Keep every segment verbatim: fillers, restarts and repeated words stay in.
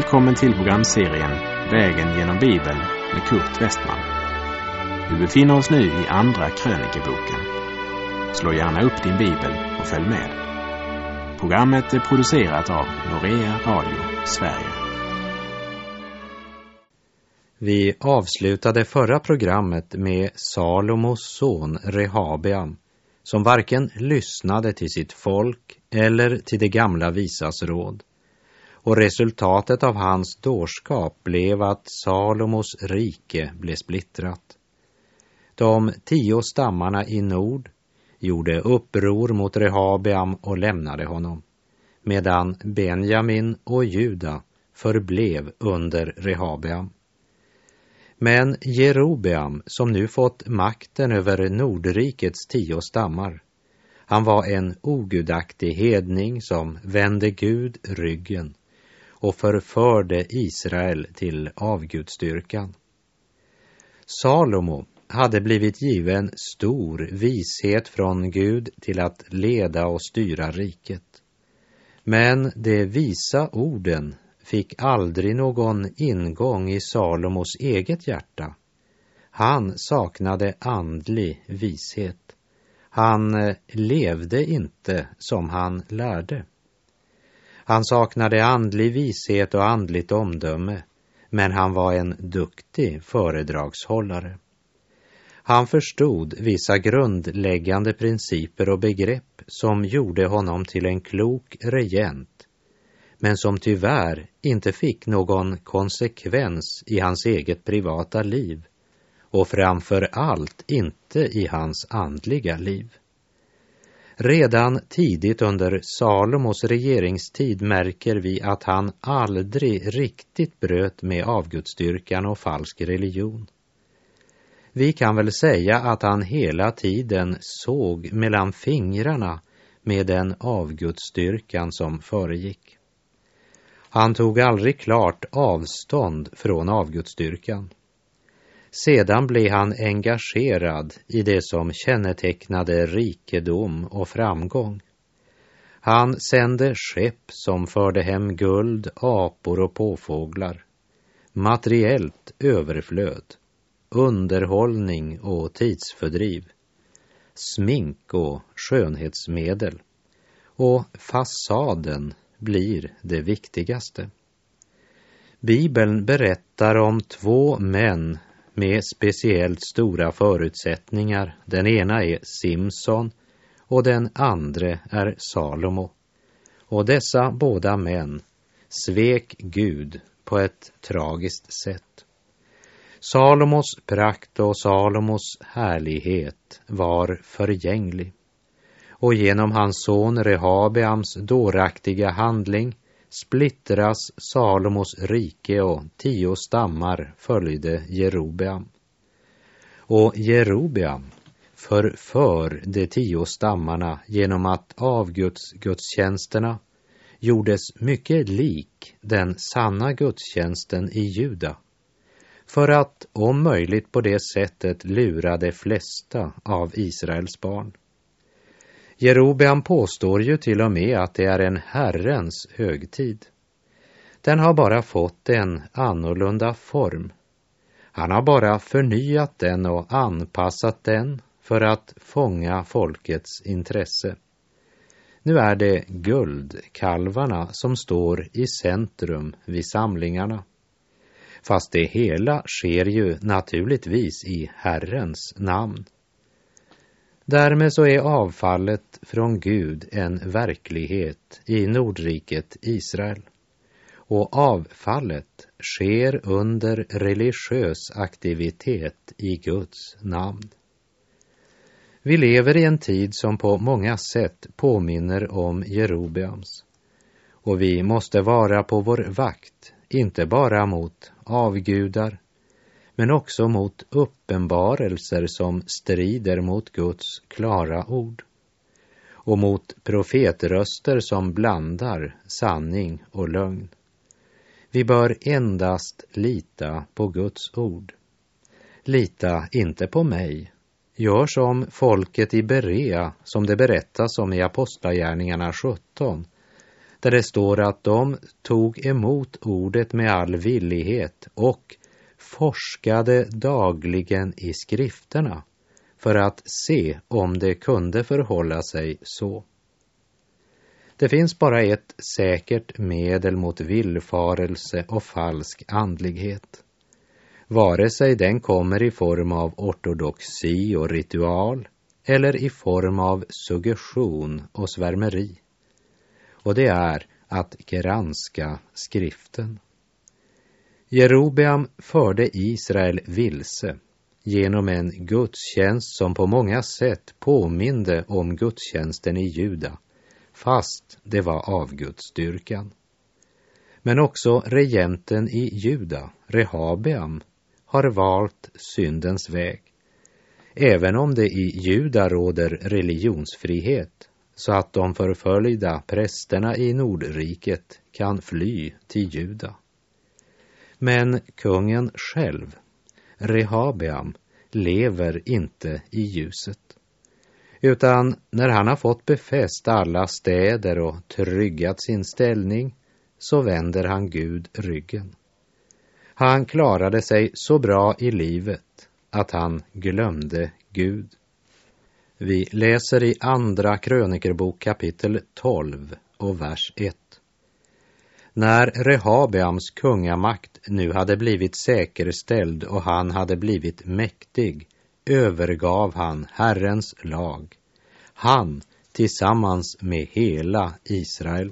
Välkommen till programserien Vägen genom Bibeln med Kurt Westman. Vi befinner oss nu i andra krönikeboken. Slå gärna upp din bibel och följ med. Programmet är producerat av Norea Radio Sverige. Vi avslutade förra programmet med Salomos son Rehabeam, som varken lyssnade till sitt folk eller till det gamla visas råd. Och resultatet av hans dårskap blev att Salomos rike blev splittrat. De tio stammarna i nord gjorde uppror mot Rehabeam och lämnade honom, medan Benjamin och Juda förblev under Rehabeam. Men Jerobeam, som nu fått makten över Nordrikets tio stammar, han var en ogudaktig hedning som vände Gud ryggen och förförde Israel till avgudstyrkan. Salomo hade blivit given stor vishet från Gud till att leda och styra riket. Men de visa orden fick aldrig någon ingång i Salomos eget hjärta. Han saknade andlig vishet. Han levde inte som han lärde. Han saknade andlig vishet och andligt omdöme, men han var en duktig föredragshållare. Han förstod vissa grundläggande principer och begrepp som gjorde honom till en klok regent, men som tyvärr inte fick någon konsekvens i hans eget privata liv och framför allt inte i hans andliga liv. Redan tidigt under Salomos regeringstid märker vi att han aldrig riktigt bröt med avgudstyrkan och falsk religion. Vi kan väl säga att han hela tiden såg mellan fingrarna med den avgudstyrkan som föregick. Han tog aldrig klart avstånd från avgudstyrkan. Sedan blev han engagerad i det som kännetecknade rikedom och framgång. Han sände skepp som förde hem guld, apor och påfåglar, materiellt överflöd, underhållning och tidsfördriv, smink och skönhetsmedel, och fasaden blir det viktigaste. Bibeln berättar om två män med speciellt stora förutsättningar. Den ena är Simson och den andra är Salomo. Och dessa båda män svek Gud på ett tragiskt sätt. Salomos prakt och Salomos härlighet var förgänglig. Och genom hans son Rehabeams dåraktiga handling splittras Salomos rike och tio stammar följde Jerobeam. Och Jerobeam förför de tio stammarna genom att avgudsgudstjänsterna gjordes mycket lik den sanna gudstjänsten i Juda, för att om möjligt på det sättet lura de flesta av Israels barn. Jerobeam påstår ju till och med att det är en Herrens högtid. Den har bara fått en annorlunda form. Han har bara förnyat den och anpassat den för att fånga folkets intresse. Nu är det guldkalvarna som står i centrum vid samlingarna. Fast det hela sker ju naturligtvis i Herrens namn. Därmed så är avfallet från Gud en verklighet i Nordriket Israel. Och avfallet sker under religiös aktivitet i Guds namn. Vi lever i en tid som på många sätt påminner om Jerobeams. Och vi måste vara på vår vakt, inte bara mot avgudar, men också mot uppenbarelser som strider mot Guds klara ord och mot profetröster som blandar sanning och lögn. Vi bör endast lita på Guds ord. Lita inte på mig. Gör som folket i Berea, som det berättas om i Apostlagärningarna sjutton, där det står att de tog emot ordet med all villighet och forskade dagligen i skrifterna för att se om det kunde förhålla sig så. Det finns bara ett säkert medel mot villfarelse och falsk andlighet. Vare sig den kommer i form av ortodoxi och ritual eller i form av suggestion och svärmeri. Och det är att granska skriften. Jerobeam förde Israel vilse genom en gudstjänst som på många sätt påminde om gudstjänsten i Juda, fast det var avgudsdyrkan. Men också regenten i Juda, Rehabeam, har valt syndens väg. Även om det i Juda råder religionsfrihet, så att de förföljda prästerna i Nordriket kan fly till Juda. Men kungen själv, Rehabeam, lever inte i ljuset. Utan när han har fått befäst alla städer och tryggat sin ställning, så vänder han Gud ryggen. Han klarade sig så bra i livet att han glömde Gud. Vi läser i andra krönikerbok kapitel tolv och vers ett. När Rehabeams kungamakt nu hade blivit säkerställd och han hade blivit mäktig, övergav han Herrens lag. Han tillsammans med hela Israel.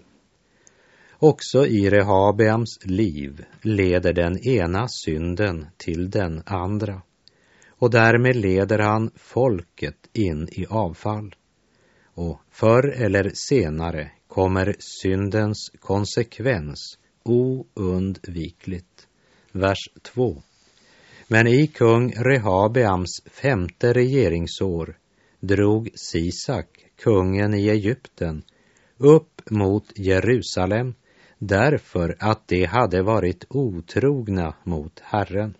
Också i Rehabeams liv leder den ena synden till den andra. Och därmed leder han folket in i avfall. Och förr eller senare kommer syndens konsekvens oundvikligt. Vers två. Men i kung Rehabeams femte regeringsår drog Sisak, kungen i Egypten, upp mot Jerusalem därför att de hade varit otrogna mot Herren.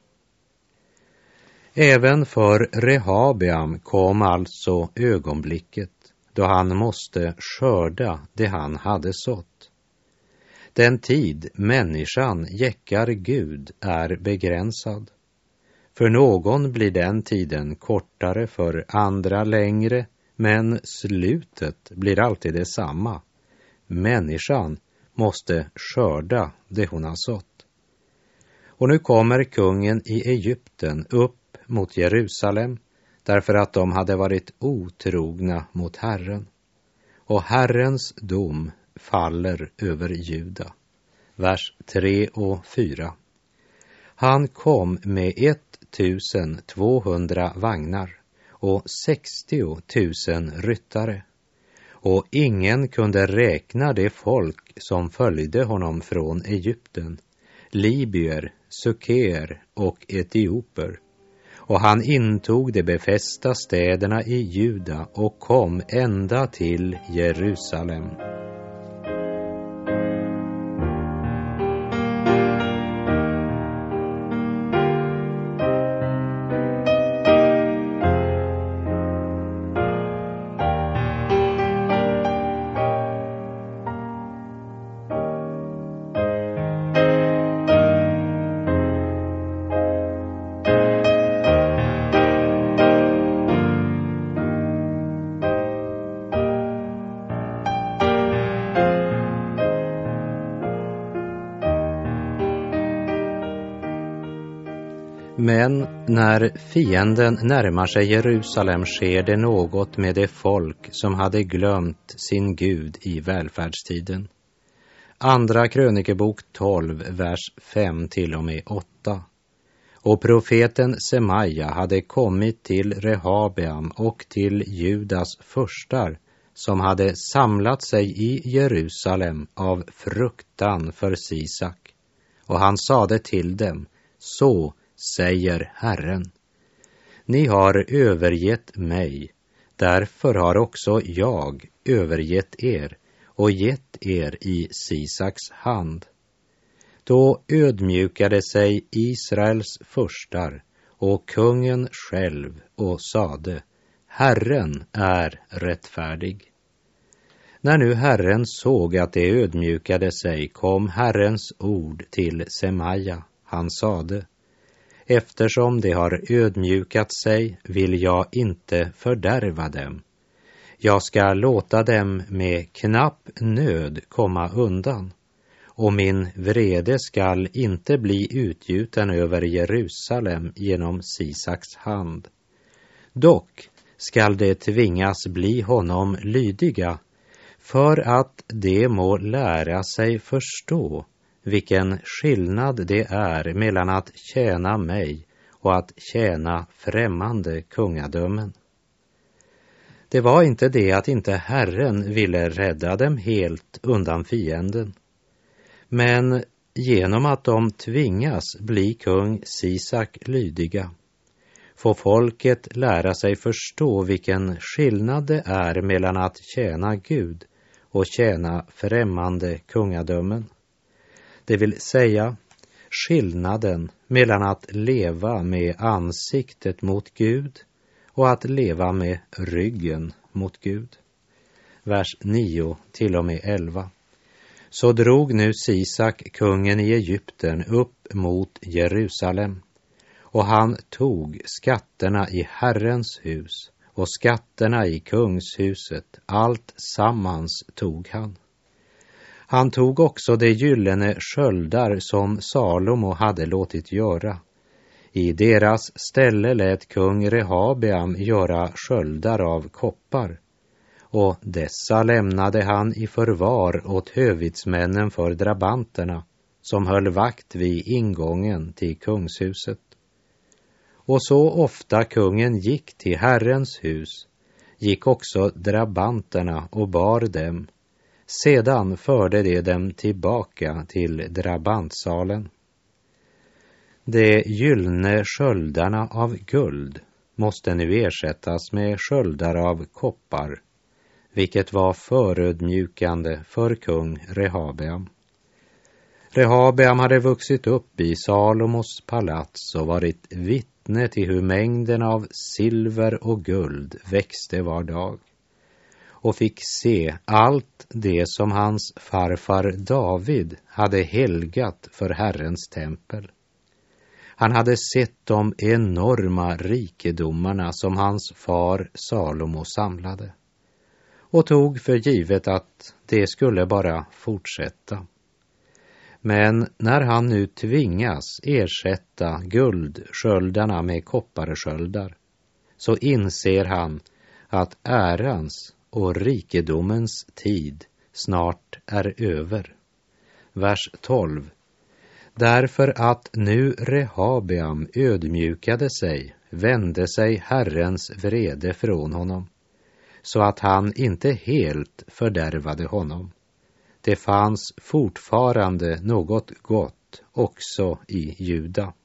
Även för Rehabeam kom alltså ögonblicket då han måste skörda det han hade sått. Den tid människan jäckar Gud är begränsad. För någon blir den tiden kortare, för andra längre, men slutet blir alltid detsamma. Människan måste skörda det hon har sått. Och nu kommer kungen i Egypten upp mot Jerusalem därför att de hade varit otrogna mot Herren. Och Herrens dom faller över Juda. Vers tre och fyra. Han kom med ettusen tvåhundra vagnar och sextio tusen ryttare. Och ingen kunde räkna det folk som följde honom från Egypten, libyer, suker och etioper. Och han intog de befästa städerna i Juda och kom ända till Jerusalem. Men när fienden närmar sig Jerusalem sker det något med det folk som hade glömt sin Gud i välfärdstiden. Andra krönikebok tolv, vers fem till och med åtta. Och profeten Semaja hade kommit till Rehabeam och till Judas förstar som hade samlat sig i Jerusalem av fruktan för Sisak. Och han sade till dem, så säger Herren, ni har övergett mig, därför har också jag övergett er och gett er i Sisaks hand. Då ödmjukade sig Israels förstar och kungen själv och sade, Herren är rättfärdig. När nu Herren såg att det ödmjukade sig kom Herrens ord till Semaja. Han sade: eftersom de har ödmjukat sig vill jag inte fördärva dem. Jag ska låta dem med knapp nöd komma undan, och min vrede skall inte bli utgjuten över Jerusalem genom Sisaks hand. Dock skall det tvingas bli honom lydiga, för att de må lära sig förstå vilken skillnad det är mellan att tjäna mig och att tjäna främmande kungadömen. Det var inte det att inte Herren ville rädda dem helt undan fienden, men genom att de tvingas bli kung Sisak lydiga får folket lära sig förstå vilken skillnad det är mellan att tjäna Gud och tjäna främmande kungadömen. Det vill säga skillnaden mellan att leva med ansiktet mot Gud och att leva med ryggen mot Gud. Vers nio till och med elva. Så drog nu Sisak, kungen i Egypten, upp mot Jerusalem, och han tog skatterna i Herrens hus och skatterna i kungshuset, allt sammans tog han. Han tog också de gyllene sköldar som Salomo hade låtit göra. I deras ställe lät kung Rehabeam göra sköldar av koppar, och dessa lämnade han i förvar åt hövitsmännen för drabanterna, som höll vakt vid ingången till kungshuset. Och så ofta kungen gick till Herrens hus, gick också drabanterna och bar dem. Sedan förde de dem tillbaka till drabantsalen. De gyllene sköldarna av guld måste nu ersättas med sköldar av koppar, vilket var förödmjukande för kung Rehabeam. Rehabeam hade vuxit upp i Salomos palats och varit vittne till hur mängden av silver och guld växte var dag, och fick se allt det som hans farfar David hade helgat för Herrens tempel. Han hade sett de enorma rikedomarna som hans far Salomo samlade, och tog för givet att det skulle bara fortsätta. Men när han nu tvingas ersätta guldsköldarna med kopparsköldar, så inser han att ärans och rikedomens tid snart är över. Vers tolv. Därför att nu Rehabeam ödmjukade sig, vände sig Herrens vrede från honom, så att han inte helt fördärvade honom. Det fanns fortfarande något gott också i Juda.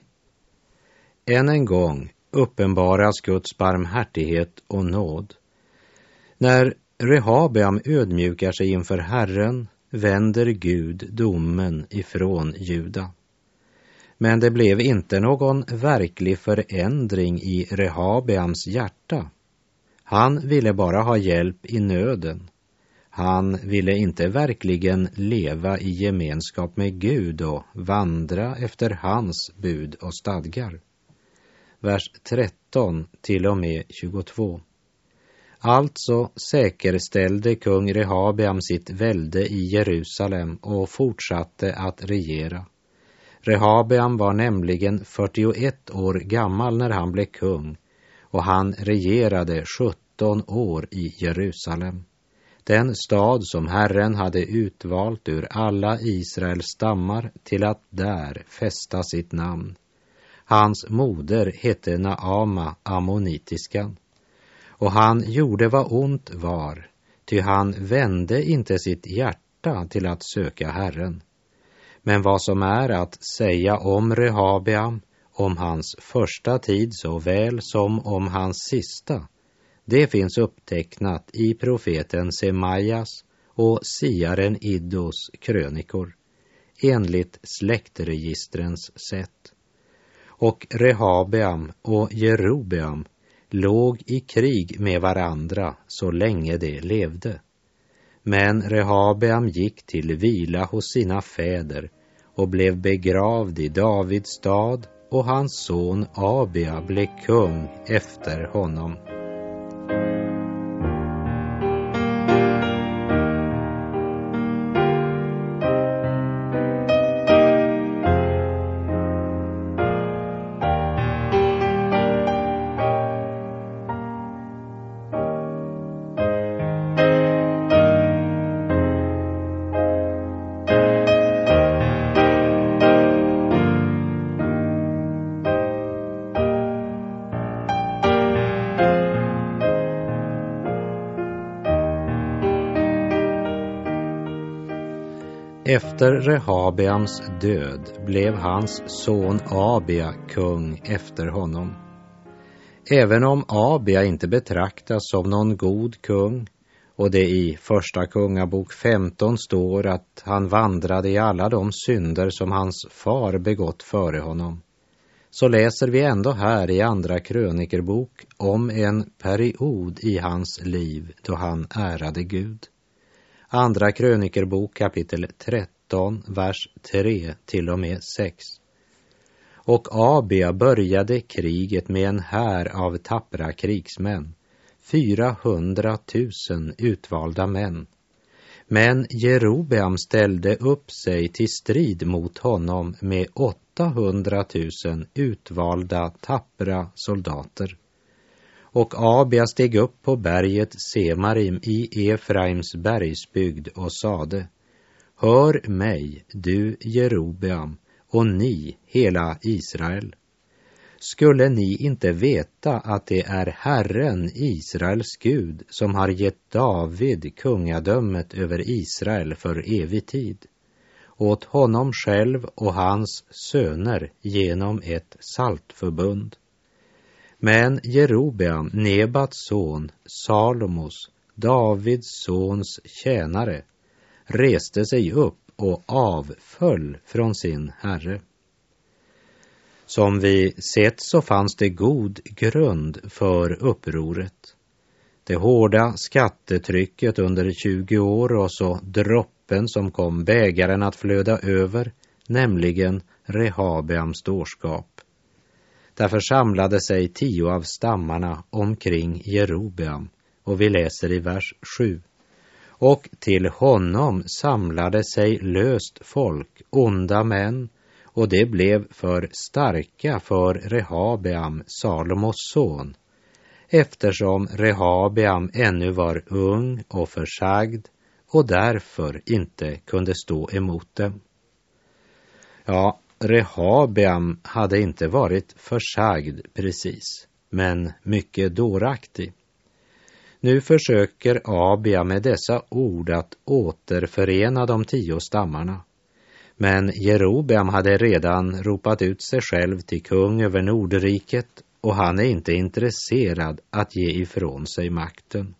Än en gång uppenbaras Guds barmhärtighet och nåd. När Rehabeam ödmjukar sig inför Herren vänder Gud domen ifrån Juda. Men det blev inte någon verklig förändring i Rehabeams hjärta. Han ville bara ha hjälp i nöden. Han ville inte verkligen leva i gemenskap med Gud och vandra efter hans bud och stadgar. Vers tretton till och med tjugotvå. Alltså säkerställde kung Rehabeam sitt välde i Jerusalem och fortsatte att regera. Rehabeam var nämligen fyrtioett år gammal när han blev kung, och han regerade sjutton år i Jerusalem, den stad som Herren hade utvalt ur alla Israels stammar till att där fästa sitt namn. Hans moder hette Naama, ammonitiskan, och han gjorde vad ont var, ty han vände inte sitt hjärta till att söka Herren. Men vad som är att säga om Rehabeam, om hans första tid såväl som om hans sista, det finns upptecknat i profeten Semajas och siaren Iddos krönikor, enligt släktregistrens sätt. Och Rehabeam och Jerobeam låg i krig med varandra så länge de levde. Men Rehabeam gick till vila hos sina fäder och blev begravd i Davids stad, och hans son Abia blev kung efter honom. Efter Rehabeams död blev hans son Abia kung efter honom. Även om Abia inte betraktas som någon god kung, och det i första kungabok femton står att han vandrade i alla de synder som hans far begått före honom, så läser vi ändå här i andra krönikerbok om en period i hans liv då han ärade Gud. Andra krönikerbok kapitel tretton, vers tre till och med sex. Och Abia började kriget med en här av tappra krigsmän, fyrahundratusen utvalda män. Men Jerobeam ställde upp sig till strid mot honom med åttahundratusen utvalda tappra soldater. Och Abia steg upp på berget Semarim i Efraims bergsbygd och sade: Hör mig, du Jerobeam, och ni, hela Israel. Skulle ni inte veta att det är Herren, Israels Gud, som har gett David kungadömet över Israel för evig tid, åt honom själv och hans söner genom ett saltförbund? Men Jerobeam, Nebats son, Salomos, Davids sons tjänare, reste sig upp och avföll från sin herre. Som vi sett så fanns det god grund för upproret. Det hårda skattetrycket under tjugo år och så droppen som kom bägaren att flöda över, nämligen Rehabeams dårskap. Därför samlade sig tio av stammarna omkring Jerobeam, och vi läser i vers sju. Och till honom samlade sig löst folk, onda män, och det blev för starka för Rehabeam, Salomos son, eftersom Rehabeam ännu var ung och försagd och därför inte kunde stå emot dem. Ja, Rehabeam hade inte varit försagd precis, men mycket dåraktig. Nu försöker Abia med dessa ord att återförena de tio stammarna. Men Jerobeam hade redan ropat ut sig själv till kung över Nordriket, och han är inte intresserad att ge ifrån sig makten.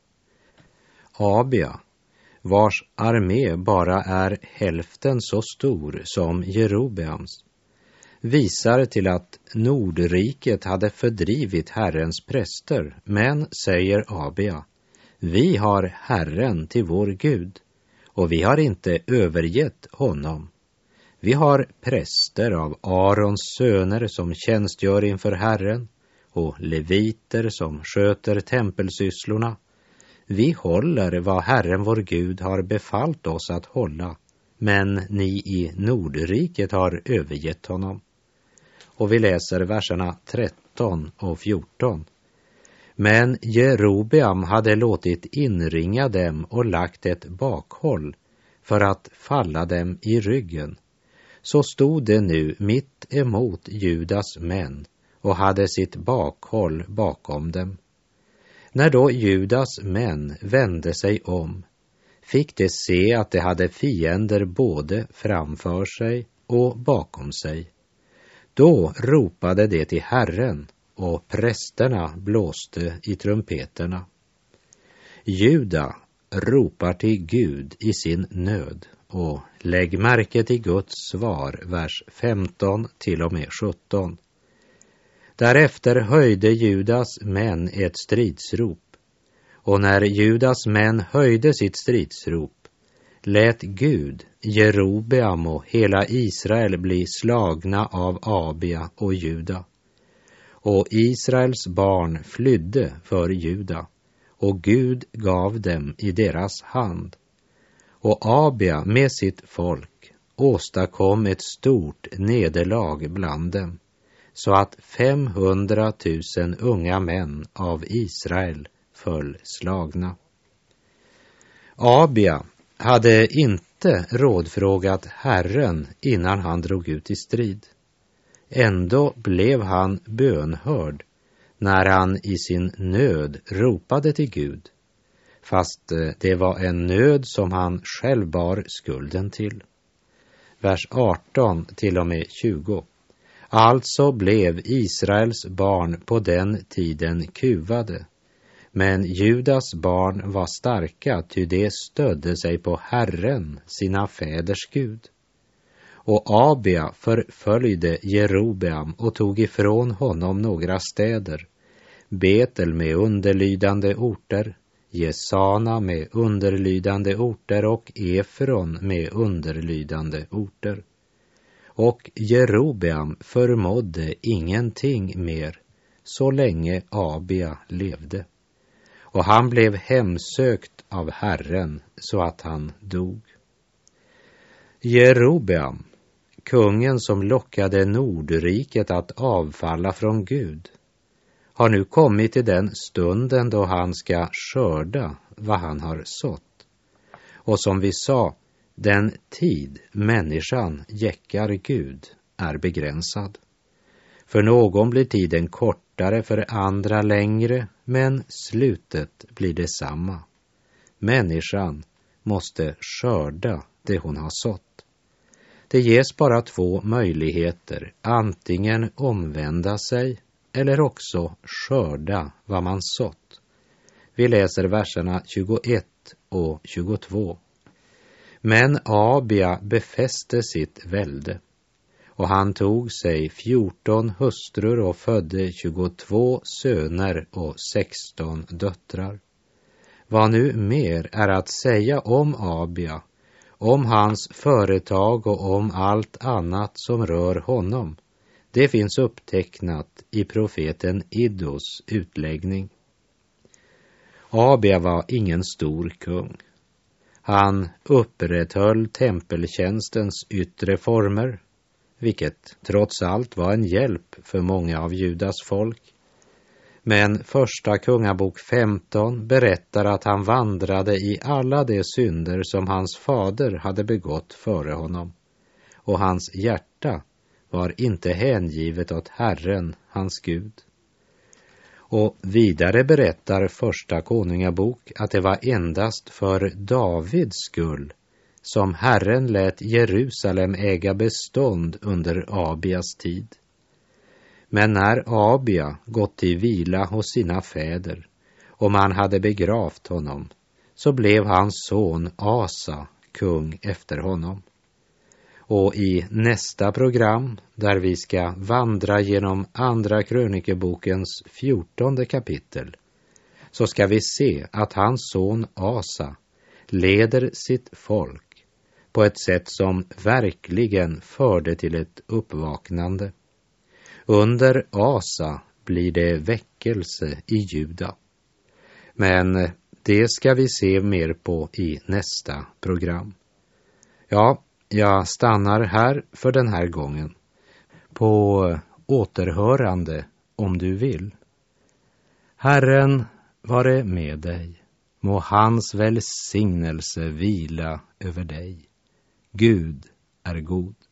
Abia, vars armé bara är hälften så stor som Jerobeams, visar till att Nordriket hade fördrivit Herrens präster, men, säger Abia, vi har Herren till vår Gud, och vi har inte övergett honom. Vi har präster av Arons söner som tjänstgör inför Herren, och leviter som sköter tempelsysslorna. Vi håller vad Herren vår Gud har befallt oss att hålla, men ni i Nordriket har övergett honom. Och vi läser verserna tretton och fjorton. Men Jerobeam hade låtit inringa dem och lagt ett bakhåll för att falla dem i ryggen. Så stod det nu mitt emot Judas män och hade sitt bakhåll bakom dem. När då Judas män vände sig om, fick de se att de hade fiender både framför sig och bakom sig. Då ropade de till Herren, och prästerna blåste i trumpeterna. Juda ropar till Gud i sin nöd, och lägg märke till Guds svar, vers femton till och med sjutton. Därefter höjde Judas män ett stridsrop, Och när Judas män höjde sitt stridsrop lät Gud Jerobeam och hela Israel bli slagna av Abia och Juda. Och Israels barn flydde för Juda, och Gud gav dem i deras hand. Och Abia med sitt folk åstadkom ett stort nederlag bland dem, så att femhundratusen unga män av Israel föll slagna. Abia hade inte rådfrågat Herren innan han drog ut i strid. Ändå blev han bönhörd när han i sin nöd ropade till Gud, fast det var en nöd som han själv bar skulden till. Vers arton till och med tjugo. Alltså blev Israels barn på den tiden kuvade, men Judas barn var starka, ty det stödde sig på Herren, sina fäders Gud. Och Abia förföljde Jerobeam och tog ifrån honom några städer, Betel med underlydande orter, Jesana med underlydande orter och Efron med underlydande orter. Och Jerobeam förmådde ingenting mer så länge Abia levde. Och han blev hemsökt av Herren så att han dog. Jerobeam, kungen som lockade Nordriket att avfalla från Gud, har nu kommit till den stunden då han ska skörda vad han har sått. Och som vi sa, den tid människan jäckar Gud är begränsad. För någon blir tiden kortare, för andra längre, men slutet blir detsamma. Människan måste skörda det hon har sått. Det ges bara två möjligheter, antingen omvända sig eller också skörda vad man sått. Vi läser verserna tjugoett och tjugotvå. Men Abia befäste sitt välde, och han tog sig fjorton hustrur och födde tjugotvå söner och sexton döttrar. Vad nu mer är att säga om Abia, om hans företag och om allt annat som rör honom, det finns upptecknat i profeten Iddos utläggning. Abia var ingen stor kung. Han upprätthöll tempeltjänstens yttre former, vilket trots allt var en hjälp för många av Judas folk. Men första kungabok femton berättar att han vandrade i alla de synder som hans fader hade begått före honom, och hans hjärta var inte hängivet åt Herren, hans Gud. Och vidare berättar första konungabok att det var endast för Davids skull som Herren lät Jerusalem äga bestånd under Abias tid. Men när Abia gått till vila hos sina fäder och man hade begravt honom, så blev hans son Asa kung efter honom. Och i nästa program, där vi ska vandra genom andra krönikebokens fjortonde kapitel, så ska vi se att hans son Asa leder sitt folk på ett sätt som verkligen förde till ett uppvaknande. Under Asa blir det väckelse i Juda. Men det ska vi se mer på i nästa program. Ja, jag stannar här för den här gången. På återhörande om du vill. Herren vare med dig. Må hans välsignelse vila över dig. Gud är god.